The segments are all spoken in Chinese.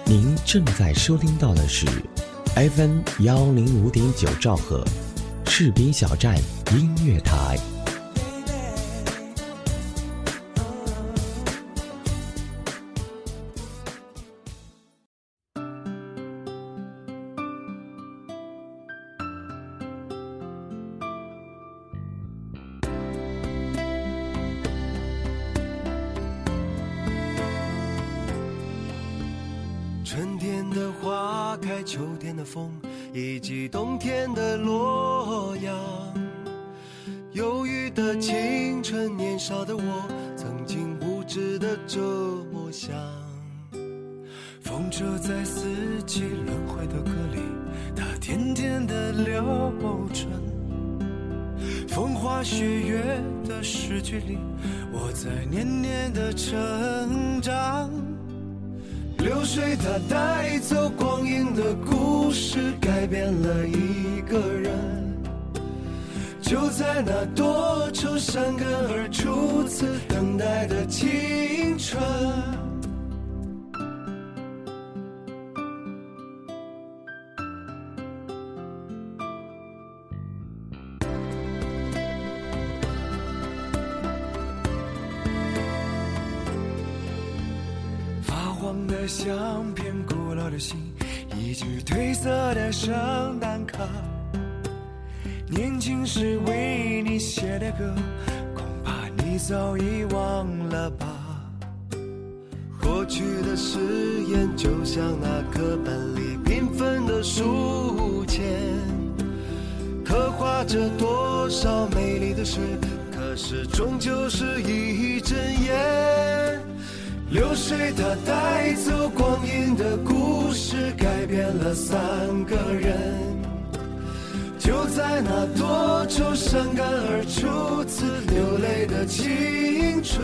您正在收听到的是 FM 105.9兆赫士兵小站音乐台。 春天的花开，秋天的风，以及冬天的洛阳。忧郁的青春，年少的我，曾经无知的这么想。风车在四季轮回的歌里，它甜甜的流转。风花雪月的诗句里，我在年年的成长。流水它带走光阴的故事，改变了一个人。就在那多愁善感而初次等待的青春。黄的相片，古老的信，一句褪色的圣诞卡。年轻时为你写的歌，恐怕你早已忘了吧。过去的誓言，就像那课本里缤纷的书签，刻画着多少美丽的事，可是终究是一阵烟。流水它带走光阴的故事，改变了三个人。就在那多愁善感而初次流泪的青春。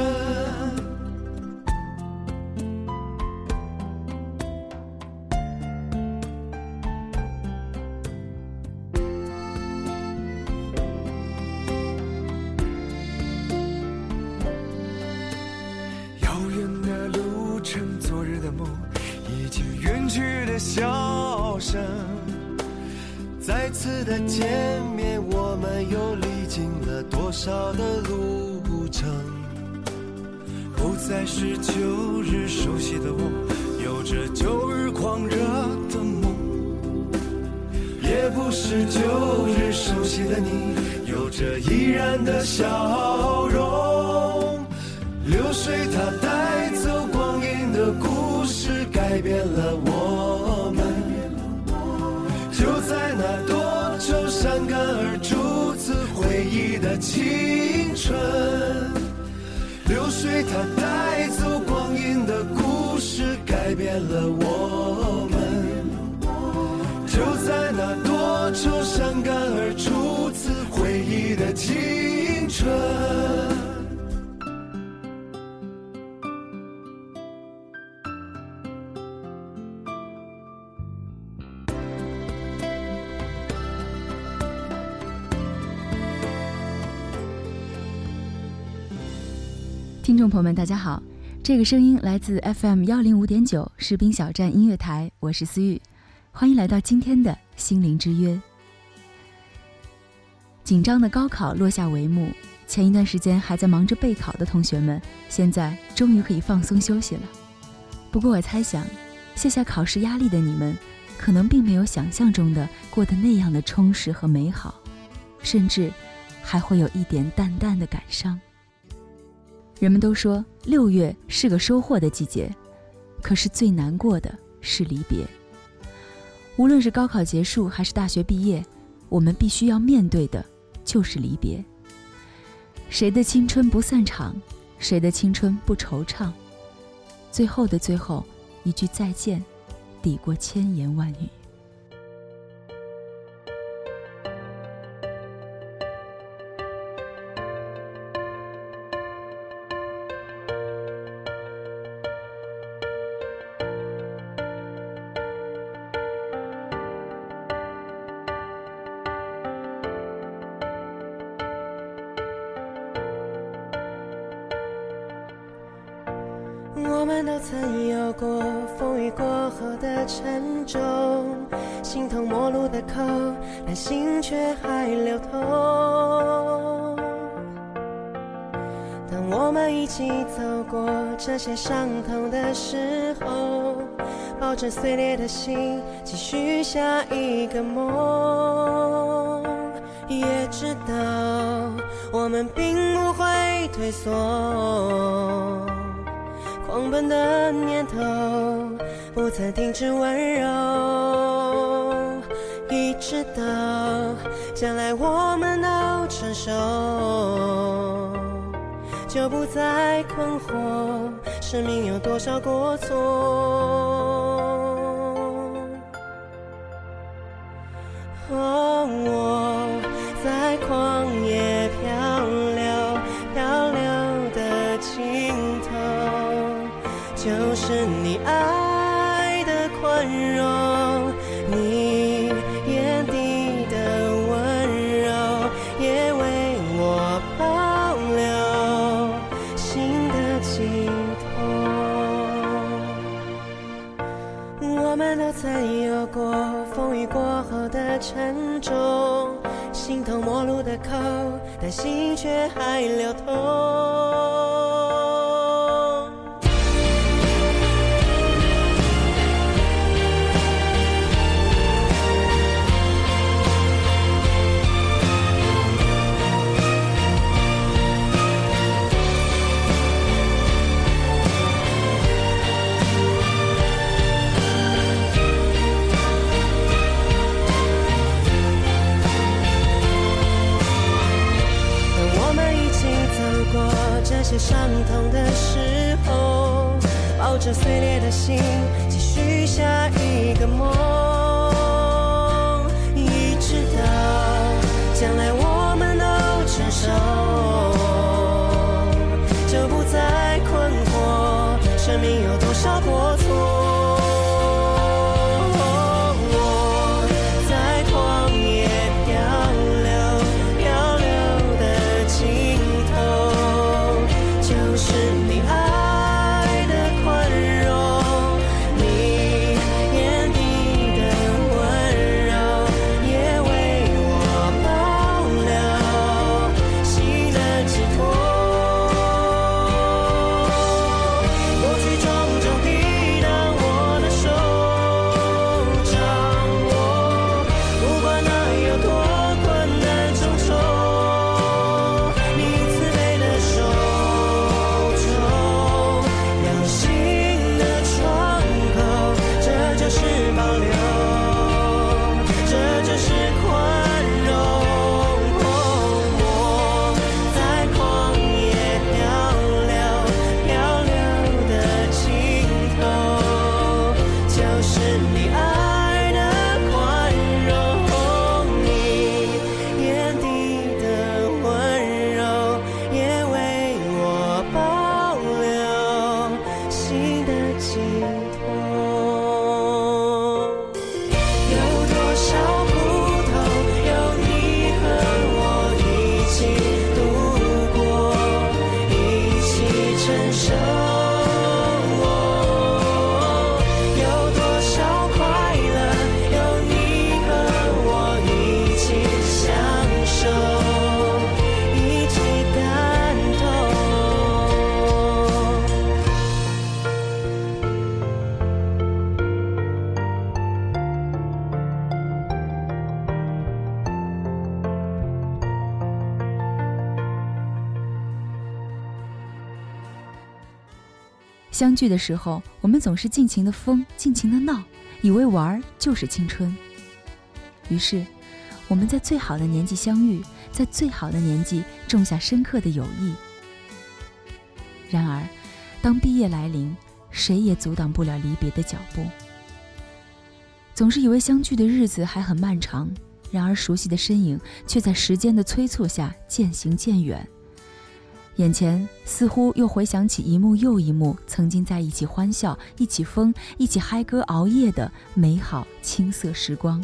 昨日的梦，以及远去的笑声。再次的见面，我们又历经了多少的路程。不再是旧日熟悉的我，有着旧日狂热的梦。也不是旧日熟悉的你，有着依然的笑容。流水它带走光阴的故事，改变了我们。就在那多愁善感而初次回忆的青春。流水它带走光阴的故事，改变了我们。就在那多愁善感而初次回忆的青春。 听众朋友们大家好，这个声音来自 FM 105.9士兵小站音乐台，我是思玉，欢迎来到今天的心灵之约。紧张的高考落下帷幕，前一段时间还在忙着备考的同学们，现在终于可以放松休息了。不过我猜想，卸下考试压力的你们，可能并没有想象中的过得那样的充实和美好，甚至还会有一点淡淡的感伤。人们都说6月是个收获的季节，可是最难过的是离别。无论是高考结束还是大学毕业，我们必须要面对的就是离别。谁的青春不散场，谁的青春不惆怅，最后的最后，一句再见抵过千言万语。 我们都曾有过风雨过后的沉重，形同陌路的口，但心却还流通。当我们一起走过这些伤痛的时候，抱着碎裂的心，继续下一个梦，也知道我们并不会退缩，狂奔的念头不曾停止温柔，一直到将来我们都成熟，就不再困惑生命有多少过错。我在旷野漂流的尽头，就是你爱的宽容，你眼底的温柔，也为我保留心的尽头。我们都曾有过风雨过后的沉重，形同陌路的口，但心却还流通。这些伤痛的时候，抱着碎裂的心，继续下一个梦，一直到将来我们都成熟，就不再困惑生命有多少过错。 相聚的时候，我们总是尽情的疯，尽情的闹，以为玩就是青春。于是，我们在最好的年纪相遇，在最好的年纪种下深刻的友谊。然而，当毕业来临，谁也阻挡不了离别的脚步。总是以为相聚的日子还很漫长，然而熟悉的身影却在时间的催促下渐行渐远。眼前似乎又回想起一幕又一幕曾经在一起欢笑、一起疯、一起嗨歌熬夜的美好青涩时光。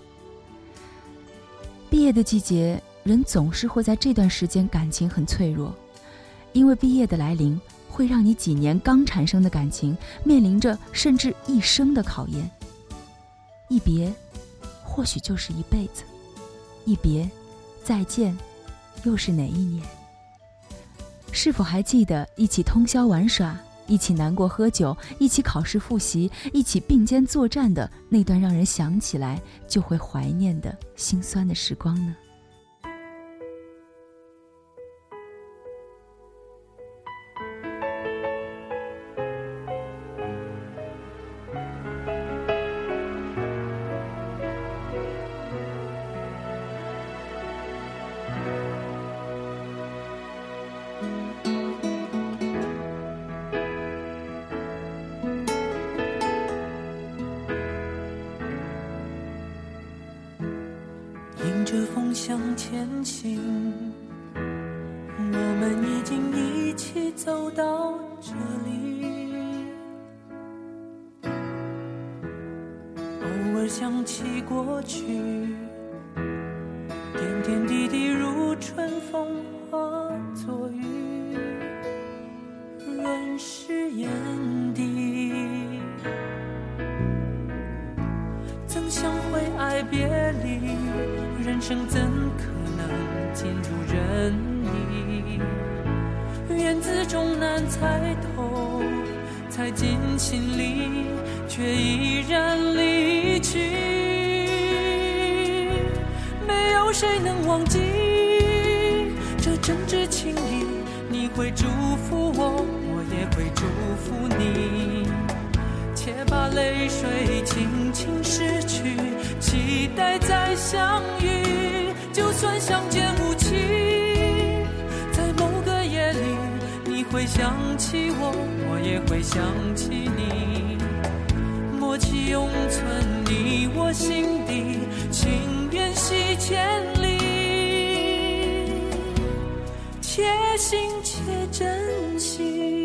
毕业的季节，人总是会在这段时间感情很脆弱，因为毕业的来临， 会让你几年刚产生的感情面临着甚至一生的考验。一别或许就是一辈子，一别再见又是哪一年？是否还记得一起通宵玩耍，一起难过喝酒，一起考试复习，一起并肩作战的那段让人想起来就会怀念的心酸的时光呢？ 迎着风向前行，我们已经一起走到这里。偶尔想起过去，点点滴滴如春风化作雨，润湿眼底。曾相会爱别离，人生怎可能尽如人意？缘字终难猜透，猜进心里，却依然离去。没有谁能忘记这真挚情谊，你会祝福我，我也会祝福你。且把泪水轻轻拭去，期待再相遇。就算相见无期，在某个夜里，你会想起我，我也会想起你。默契永存你我心底，情缘系千里，且行且珍惜。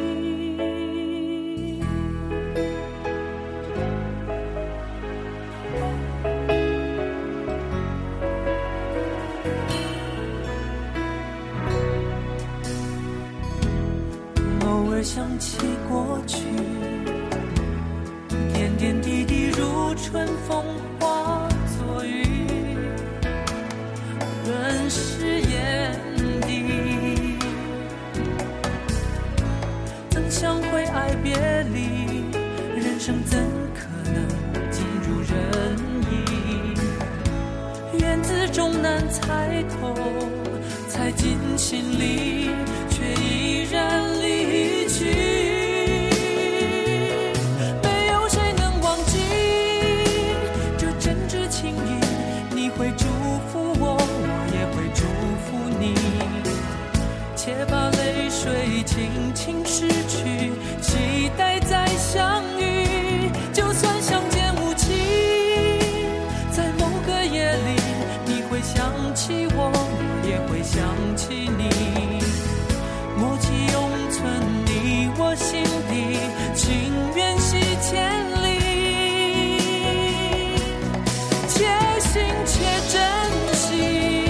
想起过去，点点滴滴如春风化作雨，润湿眼底。曾相会爱别离，人生怎可能尽如人意？缘字终难猜透，猜进心里，却依然离去。没有谁能忘记这真挚情谊，你会祝福我，我也会祝福你。且把泪水轻轻拭去，期待再相遇。就算相见无期，在某个夜里，你会想起我，我也会想起你。默契永存你我心底，情缘系千里，且行且珍惜。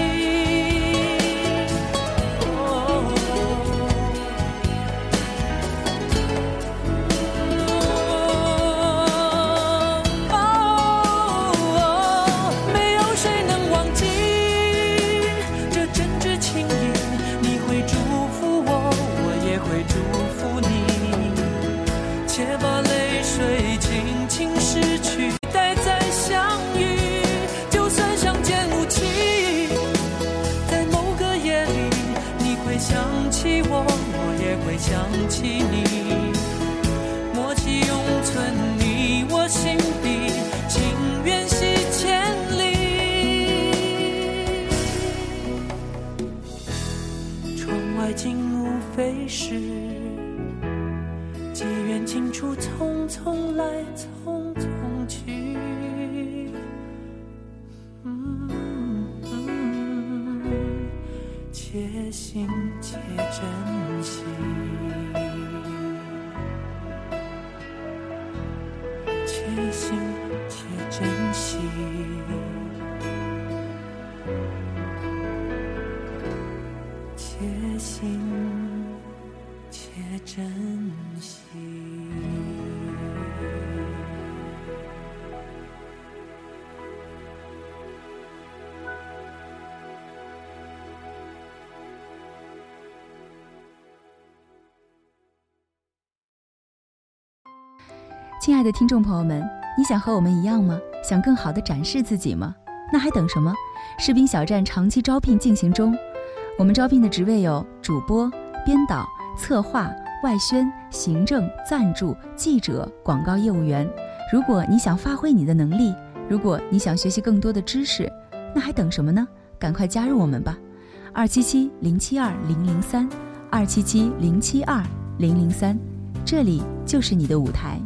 没有谁能忘记这真挚情谊，你会祝福我，我也会祝福你。且把泪水轻轻拭去，待再相遇。就算相见无期，在某个夜里，你会想起我，我也会想起你。默契永存你我心底，情缘系千里。窗外景无非是机缘尽处，匆匆来匆匆去。且行且珍惜，且行且珍惜，且行且珍惜。 亲爱的听众朋友们，你想和我们一样吗？想更好地展示自己吗？那还等什么？士兵小站长期招聘进行中，我们招聘的职位有主播、编导、策划、外宣、行政、赞助、记者、广告业务员。如果你想发挥你的能力，如果你想学习更多的知识，那还等什么呢？赶快加入我们吧！277-072-003，277-072-003，这里就是你的舞台。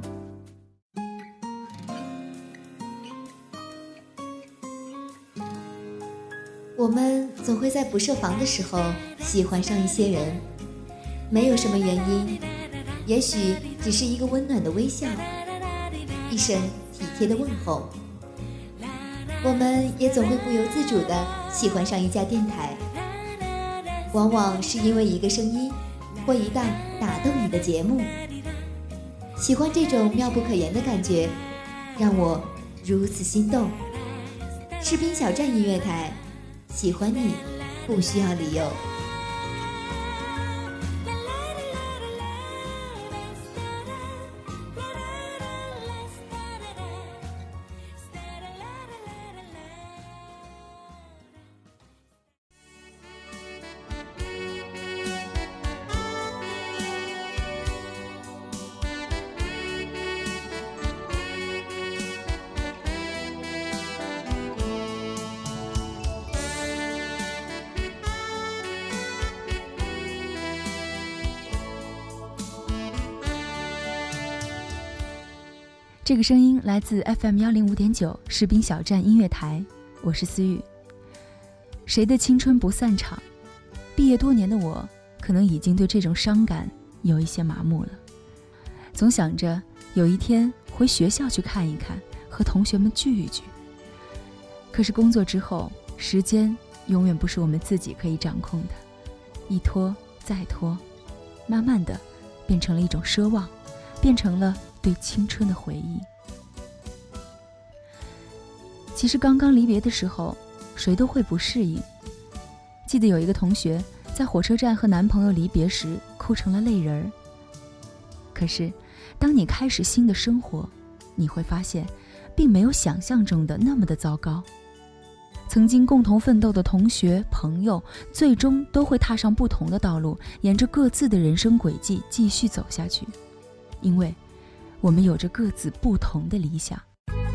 我们总会在不设防的时候喜欢上一些人，没有什么原因，也许只是一个温暖的微笑，一声体贴的问候。我们也总会不由自主地喜欢上一家电台，往往是因为一个声音或一档打动你的节目。喜欢这种妙不可言的感觉，让我如此心动。士兵小站音乐台，喜欢你不需要理由。 这个声音来自 FM105.9 士兵小站音乐台，我是思雨。谁的青春不散场？毕业多年的我，可能已经对这种伤感有一些麻木了。总想着有一天回学校去看一看，和同学们聚一聚。可是工作之后，时间永远不是我们自己可以掌控的，一拖再拖，慢慢的变成了一种奢望，变成了对青春的回忆。其实刚刚离别的时候，谁都会不适应。记得有一个同学在火车站和男朋友离别时哭成了泪人儿。可是当你开始新的生活，你会发现并没有想象中的那么的糟糕。曾经共同奋斗的同学朋友，最终都会踏上不同的道路，沿着各自的人生轨迹继续走下去，因为我们有着各自不同的理想。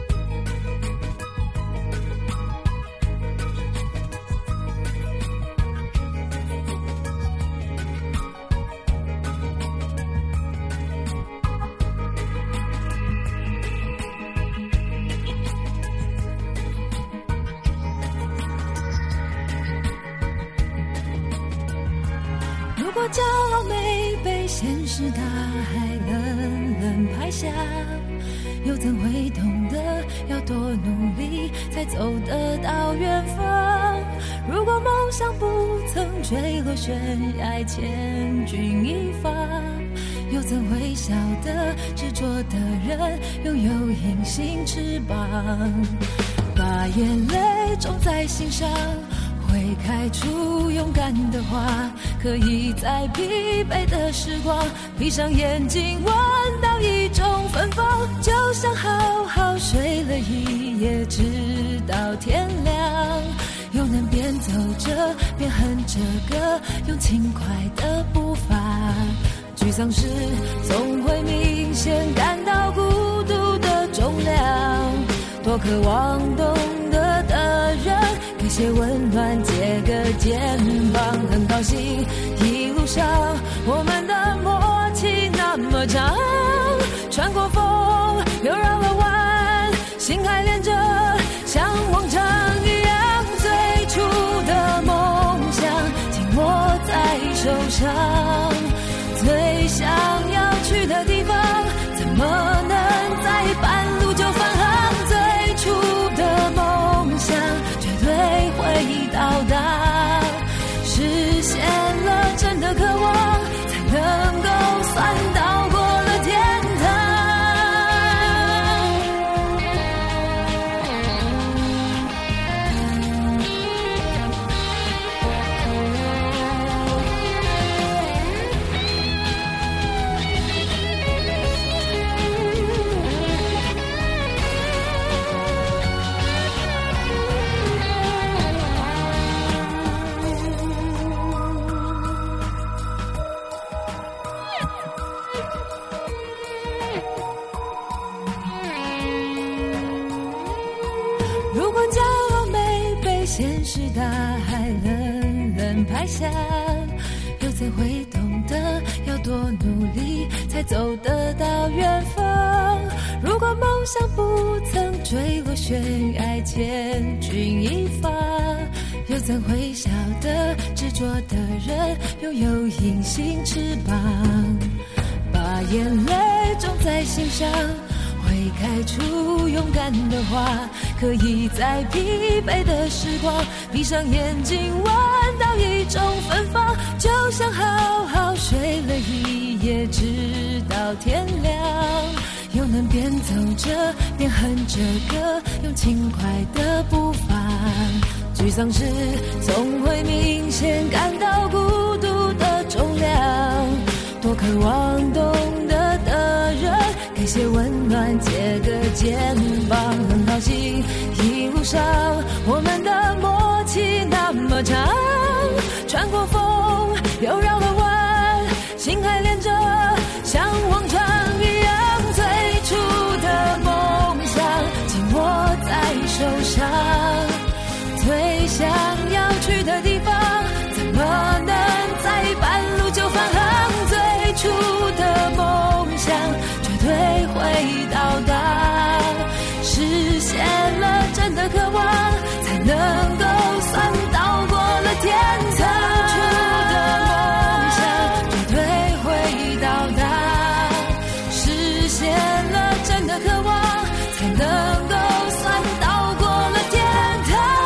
如果骄傲没被现实大海冷冷拍下，又怎会懂得要多努力才走得到远方？如果梦想不曾坠落悬崖千钧一发，又怎会晓得执着的人拥有隐形翅膀？把眼泪种在心上，会开出勇敢的花，可以在疲惫的时光闭上眼睛闻到一种芬芳，就像好好睡了一夜直到天亮，又能边走着边哼着歌，用轻快的步伐。沮丧时总会明显感到孤独的重量，多渴望懂得的人给些温暖，借个肩膀。很高兴一路上我们的默契那么长，穿过风又绕了弯，心还连着像往常一样，最初的梦想紧握在手上，最想要去的地方怎么能在半路就返航？最初的梦想绝对会到达，实现了真的渴望，才能够算到过了天堂。 现实大海冷冷拍下，又怎会懂得要多努力才走得到远方？如果梦想不曾坠落悬崖，千钧一发，又怎会晓得执着的人拥有隐形翅膀？把眼泪种在心上，会开出勇敢的花，可以在疲惫的时光闭上眼睛闻到一种芬芳，就像好好睡了一夜直到天亮，又能边走着边哼着歌，用轻快的步伐。沮丧时总会明显感到孤独的重量，多渴望懂得的人给些温暖，借个肩膀。很高兴一路上我们的默契那么长，穿过风又绕了弯，心还连着像往常一样，最初的梦想紧握在手上，最想要去的地方怎么能在半路就返航？最初的梦想绝对会到达，实现了真的渴望，才能够算到过了天堂。最初的梦想绝对会到达，实现了真的渴望，才能够算到过了天堂。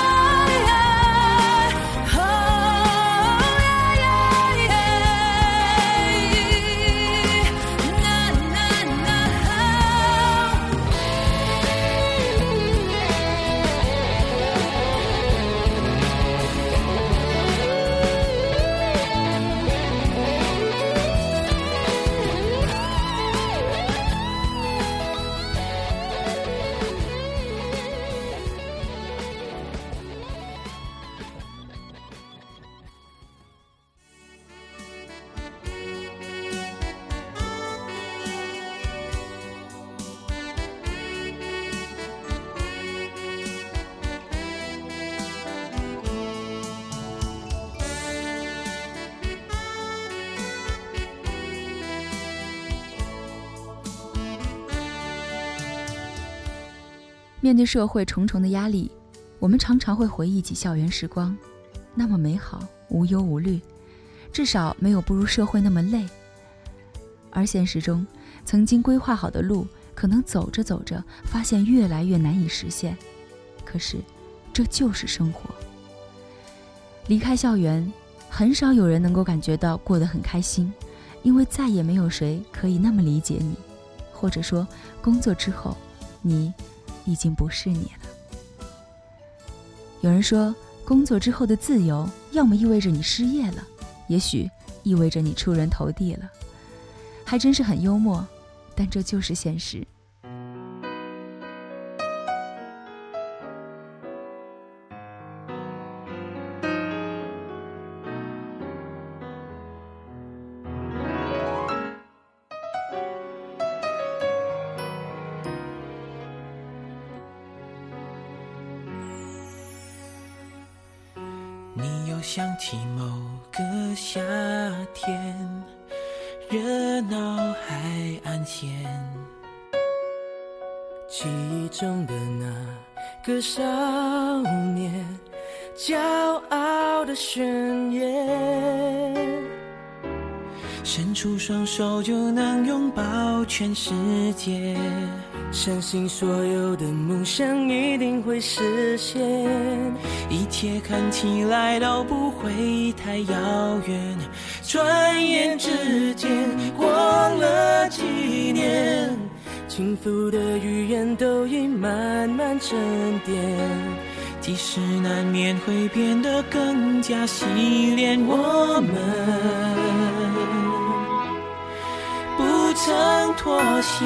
面对社会重重的压力，我们常常会回忆起校园时光，那么美好，无忧无虑，至少没有步入社会那么累。而现实中，曾经规划好的路，可能走着走着发现越来越难以实现。可是，这就是生活。离开校园，很少有人能够感觉到过得很开心，因为再也没有谁可以那么理解你，或者说，工作之后，你已经不是你了。有人说，工作之后的自由，要么意味着你失业了，也许意味着你出人头地了。还真是很幽默，但这就是现实。 你又想起某个夏天，热闹海岸线，记忆中的那个少年，骄傲的宣言，伸出双手就能拥抱全世界，相信所有的梦想一定会实现，一切看起来都不会太遥远，转眼之间过了几年，轻浮的语言都已慢慢沉淀，即使难免会变得更加洗练，我们不曾妥协，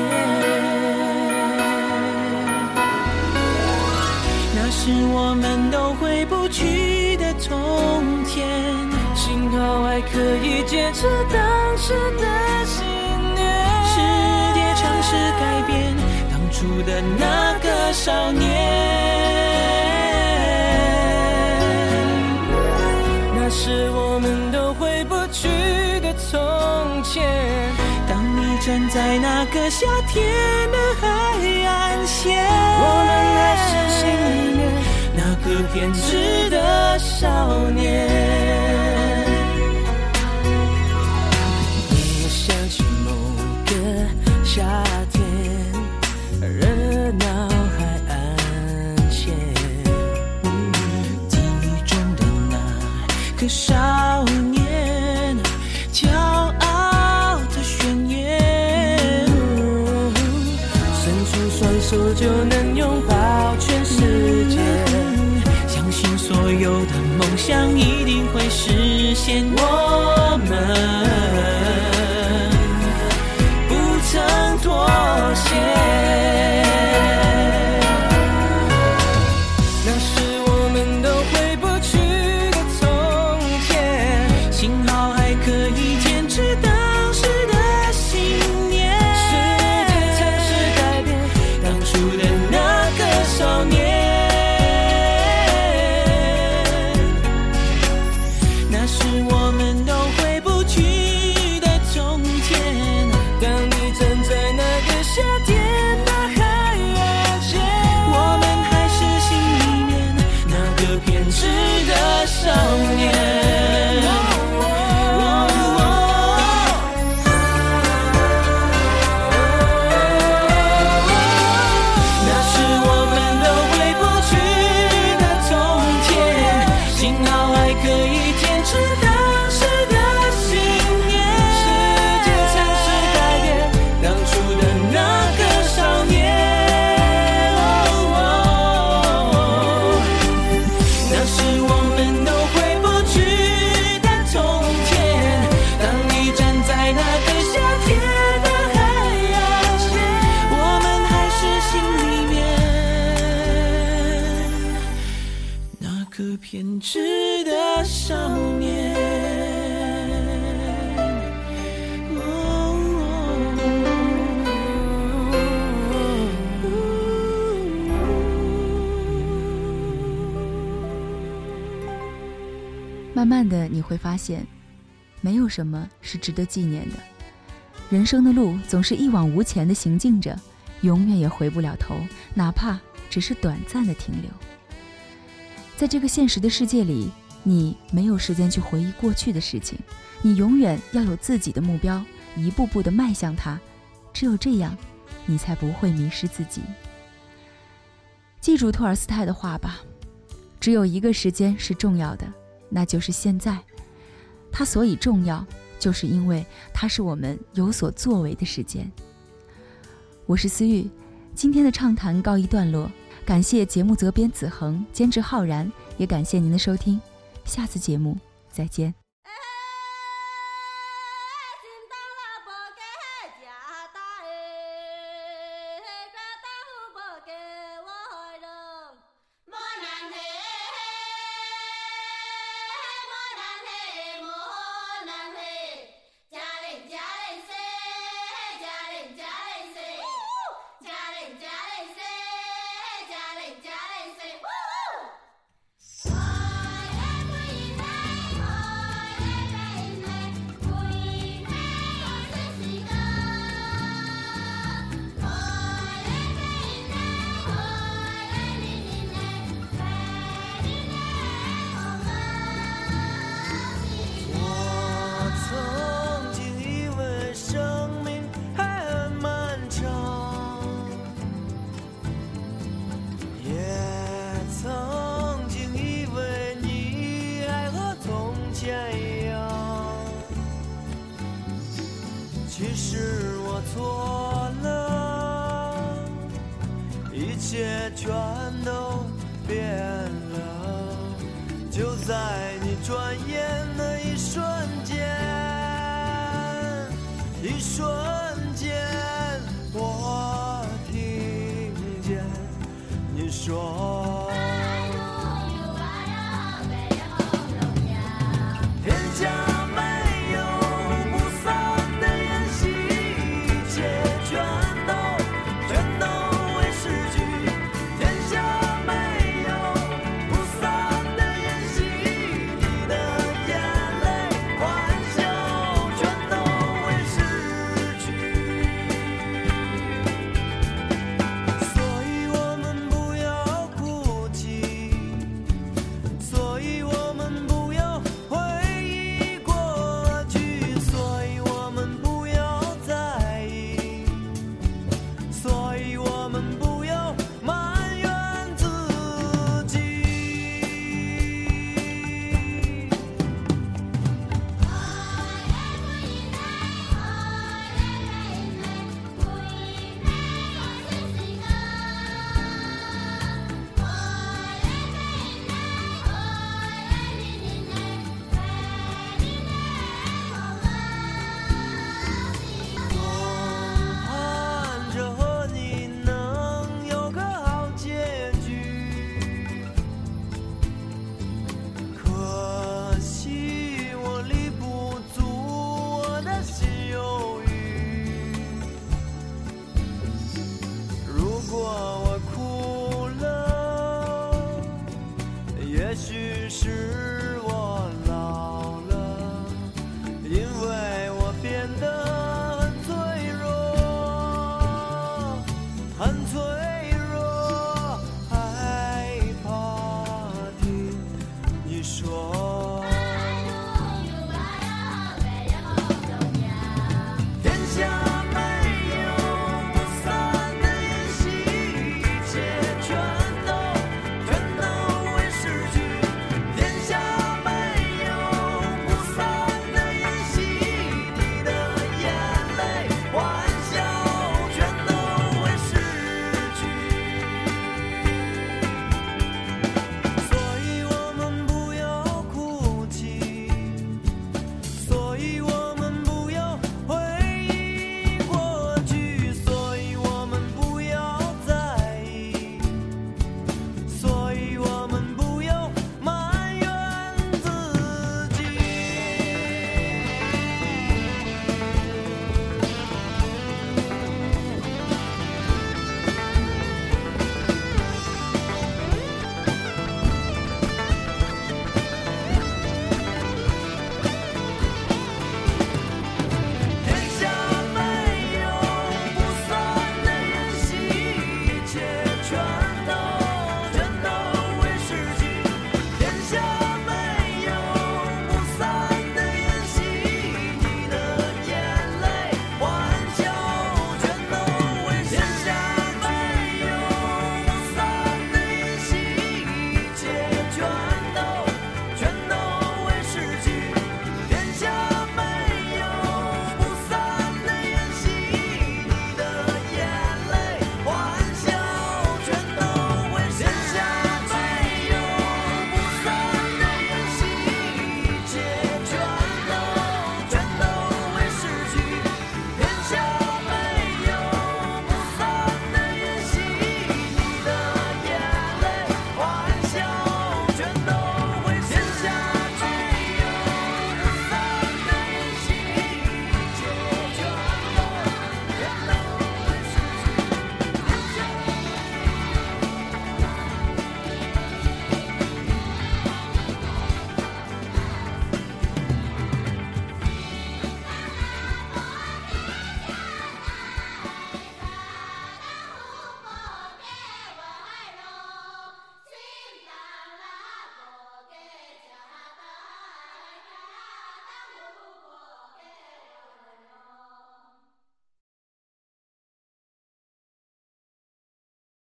那是我们都回不去的从前，幸好还可以坚持当时的信念，世界尝试改变当初的那个少年， 站在那个夏天的海岸线，我们还是心里面那个偏执的少年。你想起某个夏天，热闹海岸线，记忆中的那个少年，骄傲的宣言，伸出双手就能拥抱全世界，相信所有的梦想一定会实现，我们不曾妥协。那是我们都回不去的从前，幸好还可以坚持当时的信念。世界曾是改变当初的那个少年，那是我们都回不去的从前。当你站在那个夏天的海岸线，我们还是心里面那个偏执的少年。偏执的少年， 慢慢的你会发现，没有什么是值得纪念的。人生的路总是一往无前的行进着，永远也回不了头，哪怕只是短暂的停留。在这个现实的世界里，你没有时间去回忆过去的事情，你永远要有自己的目标，一步步地迈向它，只有这样，你才不会迷失自己。记住托尔斯泰的话吧，只有一个时间是重要的，那就是现在。它所以重要，就是因为它是我们有所作为的时间。我是思玉，今天的畅谈告一段落，感谢节目责编子恒，监制浩然，也感谢您的收听，下次节目再见。 其实我错了，一切全都变了，就在你转眼的一瞬间，一瞬间，我听见你说